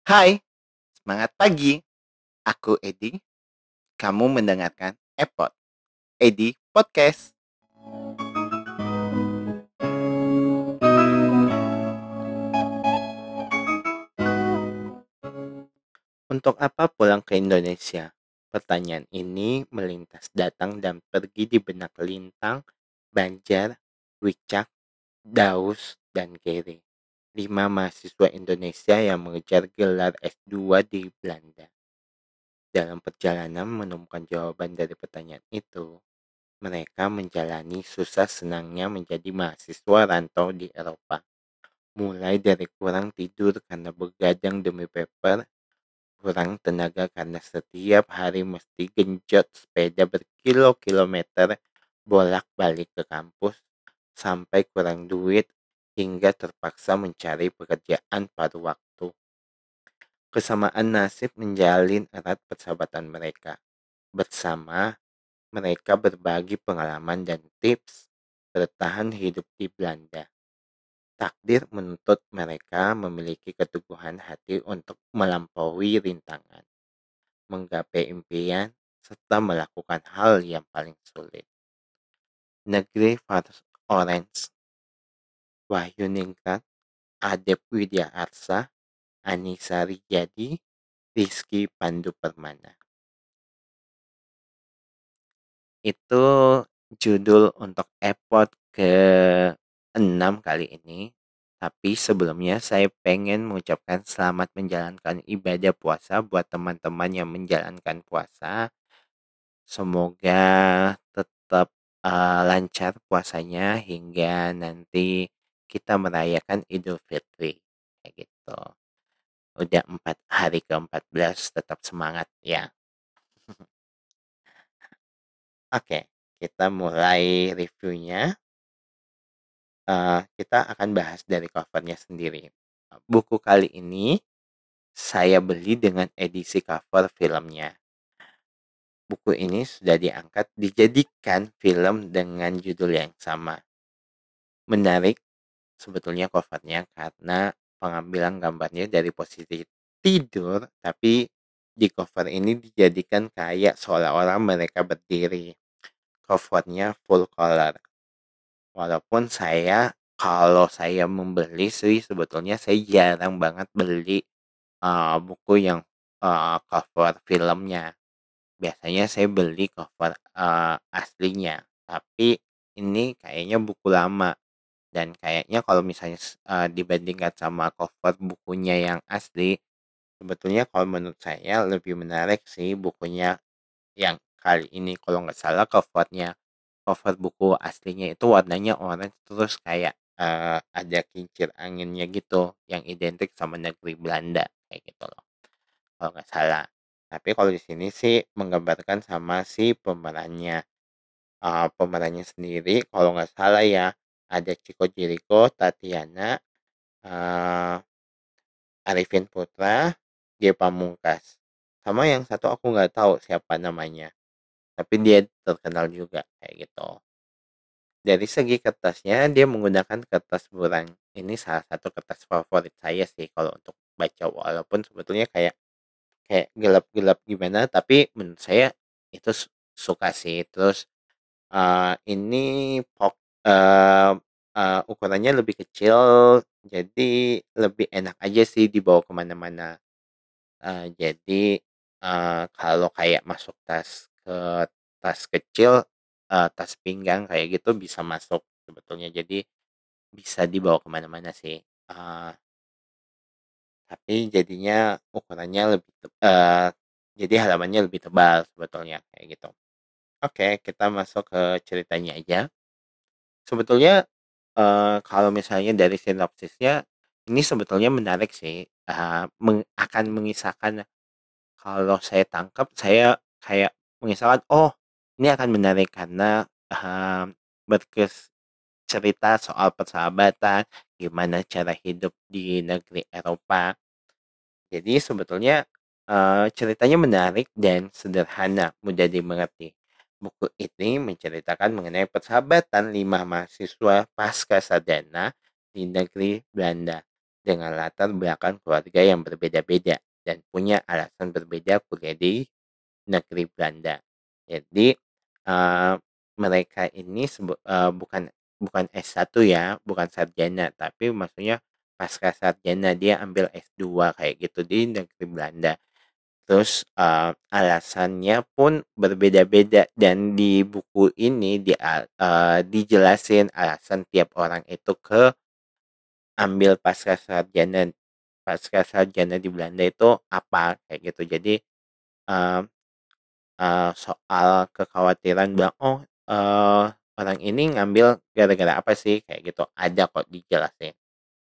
Hai, semangat pagi. Aku Edi. Kamu mendengarkan Edi Podcast. Untuk apa pulang ke Indonesia? Pertanyaan ini melintas datang dan pergi di benak Lintang, Banjar, Wicak, Daus, dan Gere. 5 mahasiswa Indonesia yang mengejar gelar S2 di Belanda. Dalam perjalanan menemukan jawaban dari pertanyaan itu, mereka menjalani susah senangnya menjadi mahasiswa rantau di Eropa. Mulai dari kurang tidur karena begadang demi paper, kurang tenaga karena setiap hari mesti genjot sepeda berkilo-kilometer bolak-balik ke kampus, sampai kurang duit hingga terpaksa mencari pekerjaan paruh waktu. Kesamaan nasib menjalin erat persahabatan mereka. Bersama, mereka berbagi pengalaman dan tips bertahan hidup di Belanda. Takdir menuntut mereka memiliki keteguhan hati untuk melampaui rintangan, menggapai impian, serta melakukan hal yang paling sulit. Negeri Fars Orange, Wahyu Ningrat, Adep Widya Arsa, Anissa Rijadi, Rizky Pandu Permana. Itu judul untuk episode ke-6 kali ini. Tapi sebelumnya saya pengen mengucapkan selamat menjalankan ibadah puasa buat teman-teman yang menjalankan puasa. Semoga tetap lancar puasanya hingga nanti kita merayakan Idul Fitri. Kayak gitu. Udah hari ke-14, tetap semangat ya. Oke, kita mulai reviewnya. Kita akan bahas dari covernya sendiri. Buku kali ini saya beli dengan edisi cover filmnya. Buku ini sudah diangkat dijadikan film dengan judul yang sama. Menarik sebetulnya covernya karena pengambilan gambarnya dari posisi tidur, tapi di cover ini dijadikan kayak seolah-olah mereka berdiri. Covernya full color. Walaupun kalau saya membeli sih sebetulnya saya jarang banget beli buku yang cover filmnya. Biasanya saya beli cover aslinya. Tapi ini kayaknya buku lama, dan kayaknya kalau misalnya dibandingkan sama cover bukunya yang asli, sebetulnya kalau menurut saya lebih menarik sih bukunya yang kali ini. Kalau nggak salah cover buku aslinya itu warnanya orange, terus kayak ada kincir anginnya gitu yang identik sama negeri Belanda kayak gitu loh, kalau nggak salah. Tapi kalau di sini sih menggambarkan sama si pemerannya. Pemerannya sendiri kalau nggak salah ya, ada Chico Jericho, Tatiana, uh, Arifin Putra, G Pamungkas. Sama yang satu aku nggak tahu siapa namanya, tapi dia terkenal juga kayak gitu. Dari segi kertasnya, dia menggunakan kertas burang. Ini salah satu kertas favorit saya sih kalau untuk baca, walaupun sebetulnya kayak kayak gelap-gelap gimana, tapi menurut saya itu suka sih. Terus ini ukurannya lebih kecil, jadi lebih enak aja sih dibawa kemana-mana. Jadi kalau kayak masuk tas kecil, tas pinggang kayak gitu bisa masuk sebetulnya. Jadi bisa dibawa kemana-mana sih. Tapi jadinya ukurannya jadi halamannya lebih tebal sebetulnya kayak gitu. Oke, kita masuk ke ceritanya aja. Sebetulnya kalau misalnya dari sinopsisnya, ini sebetulnya menarik sih. Akan mengisahkan, kalau saya tangkap, saya kayak mengisahkan, oh ini akan menarik karena berkes cerita soal persahabatan, gimana cara hidup di negeri Eropa. Jadi sebetulnya ceritanya menarik dan sederhana, mudah dimengerti. Buku ini menceritakan mengenai persahabatan 5 mahasiswa pasca sarjana di negeri Belanda dengan latar belakang keluarga yang berbeda-beda dan punya alasan berbeda kuliah di negeri Belanda. Jadi, eee, mereka ini bukan bukan S1 ya, bukan sarjana, tapi maksudnya pasca sarjana, dia ambil S2 kayak gitu di negeri Belanda. Terus, alasannya pun berbeda-beda dan di buku ini dijelasin alasan tiap orang itu ke ambil pasca sarjana di Belanda itu apa, kayak gitu. Jadi, eee soal kekhawatiran bilang, "Oh, orang ini ngambil gara-gara apa sih?" Kayak gitu, ada kok dijelasin.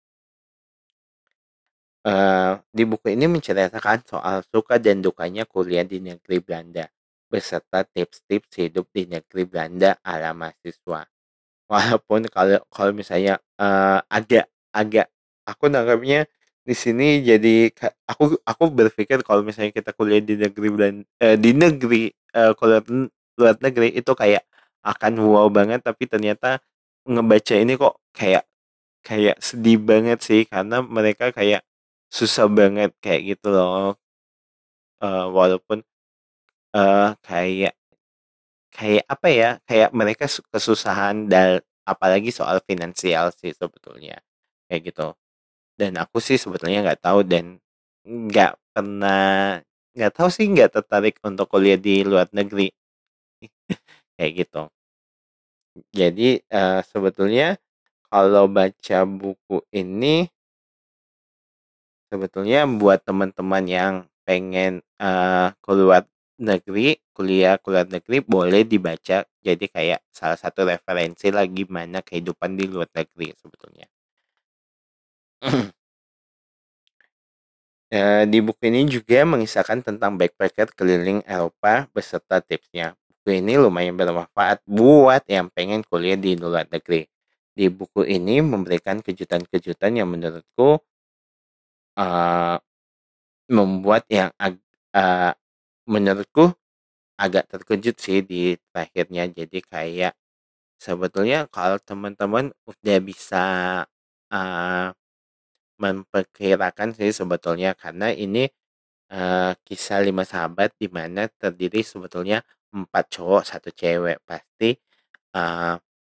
Di buku ini menceritakan soal suka dan dukanya kuliah di negeri Belanda, beserta tips-tips hidup di negeri Belanda ala mahasiswa. Walaupun kalau kalau misalnya, agak agak aku nangkapnya di sini jadi aku berpikir kalau misalnya kita kuliah di negeri di negeri, kuliah luar negeri itu kayak akan wow banget, tapi ternyata ngebaca ini kok kayak kayak sedih banget sih, karena mereka kayak susah banget kayak gitu loh, walaupun, kayak kayak apa ya, kayak mereka kesusahan dan apalagi soal finansial sih sebetulnya, kayak gitu. Dan aku sih sebetulnya nggak tahu dan nggak pernah nggak tahu sih, nggak tertarik untuk kuliah di luar negeri, kayak gitu. Jadi, sebetulnya kalau baca buku ini, sebetulnya buat teman-teman yang pengen, kuliah ke luar negeri boleh dibaca, jadi kayak salah satu referensi lah gimana kehidupan di luar negeri sebetulnya. Di buku ini juga mengisahkan tentang backpacker keliling Eropa beserta tipsnya. Buku ini lumayan bermanfaat buat yang pengen kuliah di luar negeri. Di buku ini memberikan kejutan-kejutan yang menurutku, eee, membuat eee, menurutku agak terkejut sih di terakhirnya. Jadi kayak sebetulnya kalau teman-teman udah bisa, eee, memperkirakan sih sebetulnya, karena ini kisah 5 sahabat di mana terdiri sebetulnya 4 cowok, 1 cewek. Pasti, eee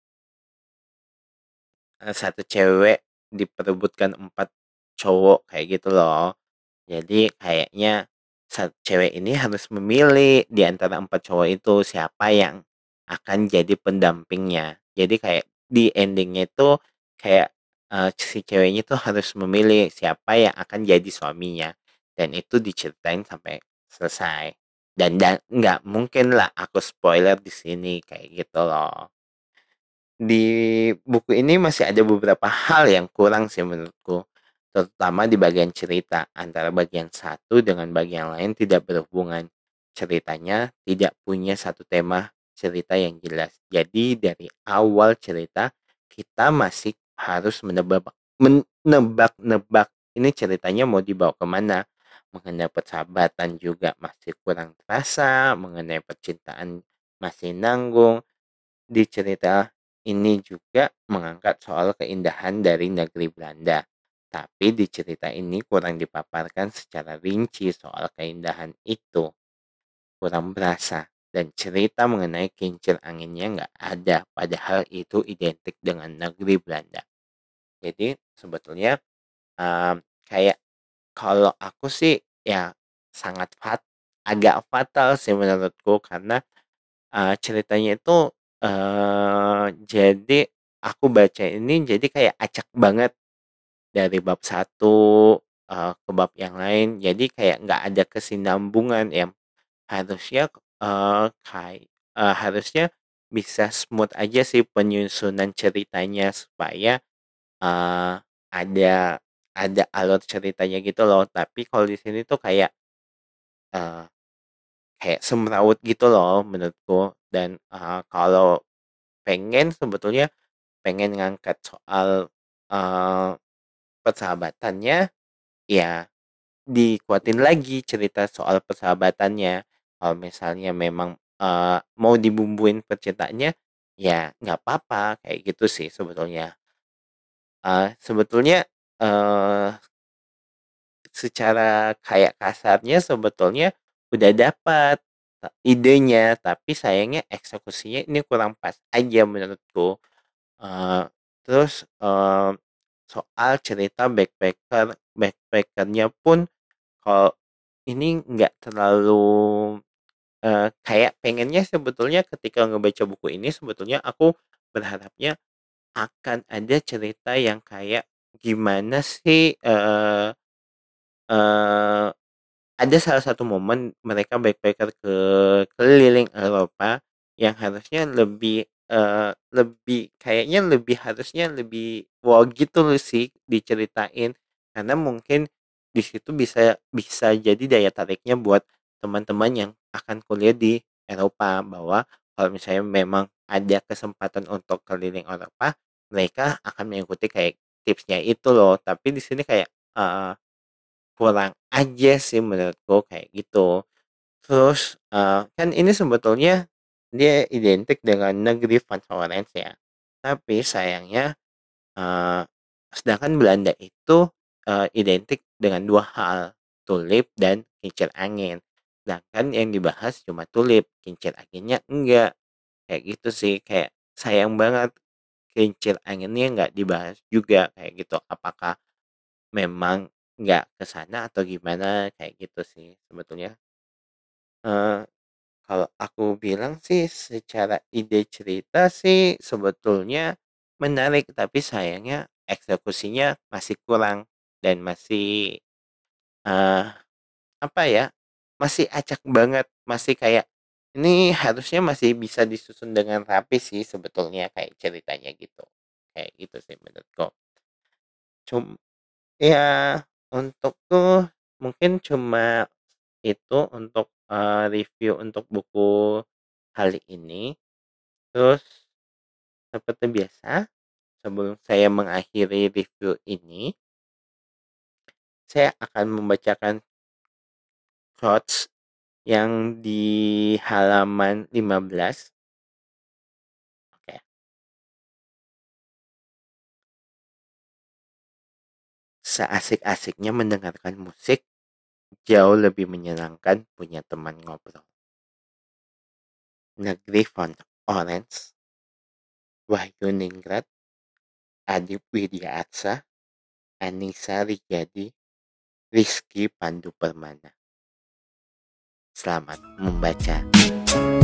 1 cewek diperebutkan 4 cowok, kayak gitu loh. Jadi kayaknya cewek ini harus memilih di antara 4 cowok itu siapa yang akan jadi pendampingnya. Jadi kayak di endingnya itu kayak, si ceweknya itu harus memilih siapa yang akan jadi suaminya, dan itu diceritain sampai selesai. Dan nggak mungkin lah aku spoiler di sini, kayak gitu loh. Di buku ini masih ada beberapa hal yang kurang sih menurutku, terutama di bagian cerita. Antara bagian satu dengan bagian lain tidak berhubungan. Ceritanya tidak punya satu tema cerita yang jelas. Jadi dari awal cerita kita masih harus menebak-nebak ini ceritanya mau dibawa kemana. Mengenai persahabatan juga masih kurang terasa, mengenai percintaan masih nanggung. Di cerita ini juga mengangkat soal keindahan dari negeri Belanda, tapi di cerita ini kurang dipaparkan secara rinci soal keindahan itu, kurang berasa, dan cerita mengenai kincir anginnya nggak ada, padahal itu identik dengan negeri Belanda. Jadi sebetulnya, kayak kalau aku sih ya sangat agak fatal sih menurutku, karena ceritanya itu, jadi aku baca ini jadi kayak acak banget dari bab satu, ke bab yang lain. Jadi kayak nggak ada kesinambungan yang harusnya, harusnya bisa smooth aja sih penyusunan ceritanya supaya, eee, ada ada alur ceritanya gitu loh. Tapi kalau di sini tuh kayak, eee, kayak semrawut gitu loh menurutku. Dan, kalau sebetulnya pengen ngangkat soal, eee, persahabatannya, ya dikuatin lagi cerita soal persahabatannya. Kalau misalnya memang, mau dibumbuin percintaannya, ya nggak apa-apa, kayak gitu sih sebetulnya. Sebetulnya, eee, secara kayak kasarnya sebetulnya udah dapat idenya, tapi sayangnya eksekusinya ini kurang pas aja menurutku. Eee, Terus, soal cerita backpacker-nya pun kalau ini nggak terlalu, kayak pengennya sebetulnya ketika ngebaca buku ini sebetulnya aku berharapnya akan ada cerita yang kayak gimana sih, eee ada salah satu momen mereka backpacker ke keliling Eropa yang harusnya lebih, lebih kayaknya lebih harusnya lebih wow gitu loh sih diceritain. Karena mungkin di situ bisa bisa jadi daya tariknya buat teman-teman yang akan kuliah di Eropa, bahwa kalau misalnya memang ada kesempatan untuk keliling Eropa, mereka akan mengikuti kayak tipsnya itu loh. Tapi di sini kayak, kurang aja sih menurutku kayak gitu. Terus, kan ini sebetulnya dia identik dengan negeri Van Florence ya. Tapi sayangnya, eee, sedangkan Belanda itu, identik dengan 2 hal, tulip dan kincir angin. Sedangkan yang dibahas cuma tulip, kincir anginnya enggak, kayak gitu sih. Kayak sayang banget kincir anginnya nggak dibahas juga kayak gitu. Apakah memang nggak ke sana atau gimana, kayak gitu sih sebetulnya. Eee, Kalau aku bilang sih secara ide cerita sih sebetulnya menarik, tapi sayangnya eksekusinya masih kurang dan masih, eee, apa ya, masih acak banget, masih kayak ini harusnya masih bisa disusun dengan rapi sih sebetulnya kayak ceritanya gitu. Kayak gitu sih menurutku. Cum Ya, untuk tuh mungkin cuma itu untuk, review untuk buku kali ini. Terus seperti biasa, sebelum saya mengakhiri review ini, saya akan membacakan quotes yang di halaman 15. Oke. Seasik-asiknya mendengarkan musik, jauh lebih menyenangkan punya teman ngobrol. Negeri Font Orange, Wahyu Ningrat, Adip Widiatsa, Anissa Rijadi, Rizky Pandu Permana. Selamat membaca.